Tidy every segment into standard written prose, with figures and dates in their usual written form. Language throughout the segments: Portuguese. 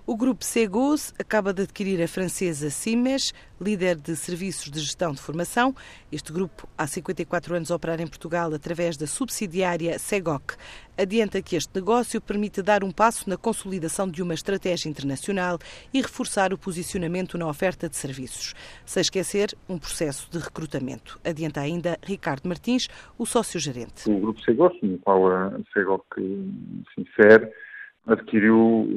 O grupo Cegos acaba de adquirir a francesa Simes, líder de serviços de gestão de formação. Este grupo, há 54 anos, a operar em Portugal através da subsidiária Segoc. Adianta que este negócio permite dar um passo na consolidação de uma estratégia internacional e reforçar o posicionamento na oferta de serviços, sem esquecer um processo de recrutamento. Adianta ainda Ricardo Martins, o sócio-gerente. O grupo Cegos, no qual a Segoc se insere, adquiriu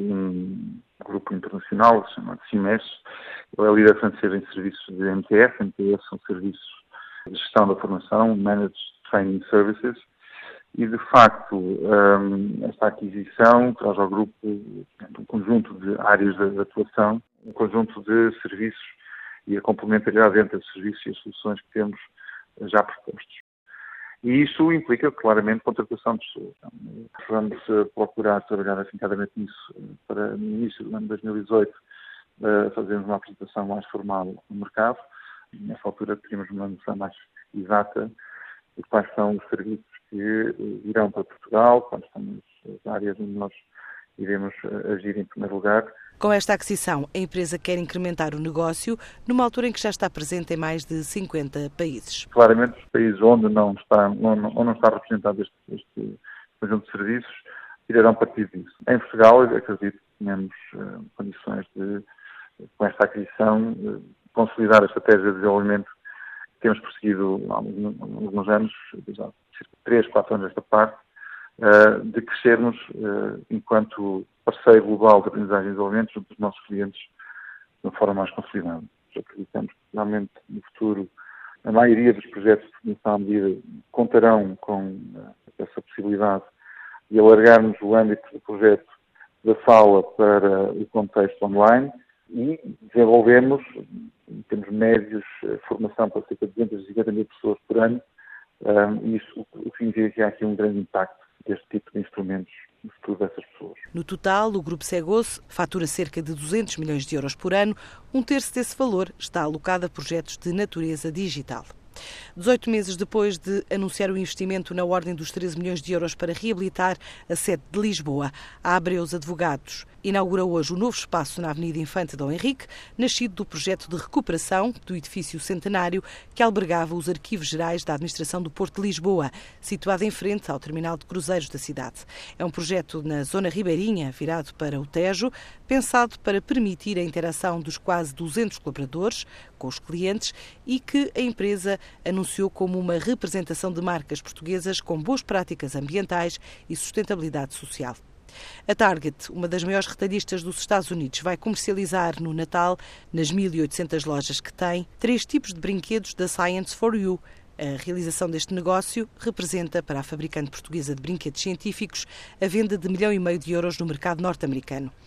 um grupo internacional chamado Simes. Ele é líder francês em serviços de MTF. MTF são serviços de gestão da formação, Managed Training Services. E, de facto, esta aquisição traz ao grupo um conjunto de áreas de atuação, um conjunto de serviços e a complementaridade entre os serviços e as soluções que temos já propostos. E isso implica, claramente, contratação de pessoas. Vamos procurar trabalhar afincadamente nisso para, no início do ano 2018, fazermos uma apresentação mais formal no mercado. Nessa altura, teríamos uma noção mais exata de quais são os serviços que virão para Portugal, quais são as áreas onde nós iremos agir em primeiro lugar. Com esta aquisição, a empresa quer incrementar o negócio numa altura em que já está presente em mais de 50 países. Claramente, os países onde não está representado este conjunto de serviços irão partir disso. Em Portugal, acredito que tenhamos condições de, com esta aquisição, consolidar a estratégia de desenvolvimento que temos prosseguido há alguns anos, já cerca de 3, 4 anos desta parte, de crescermos enquanto parceiro global de aprendizagem e desenvolvimento junto dos nossos clientes de uma forma mais consolidada. Acreditamos que realmente no futuro a maioria dos projetos de formação à medida contarão com essa possibilidade de alargarmos o âmbito do projeto da sala para o contexto online e desenvolvemos, em termos médios, formação para cerca de 250 mil pessoas por ano. E isso significa que há aqui um grande impacto deste tipo de instrumentos no futuro dessas pessoas. No total, o Grupo Cegos fatura cerca de 200 milhões de euros por ano. Um terço desse valor está alocado a projetos de natureza digital. 18 meses depois de anunciar o investimento na ordem dos 13 milhões de euros para reabilitar a sede de Lisboa, a Abreus Advogados inaugura hoje o novo espaço na Avenida Infante Dom Henrique, nascido do projeto de recuperação do edifício centenário que albergava os arquivos gerais da administração do Porto de Lisboa, situado em frente ao terminal de cruzeiros da cidade. É um projeto na zona ribeirinha, virado para o Tejo, pensado para permitir a interação dos quase 200 colaboradores com os clientes e que a empresa anunciou como uma representação de marcas portuguesas com boas práticas ambientais e sustentabilidade social. A Target, uma das maiores retalhistas dos Estados Unidos, vai comercializar no Natal, nas 1.800 lojas que tem, 3 tipos de brinquedos da Science for You. A realização deste negócio representa, para a fabricante portuguesa de brinquedos científicos, a venda de 1,5 milhão de euros no mercado norte-americano.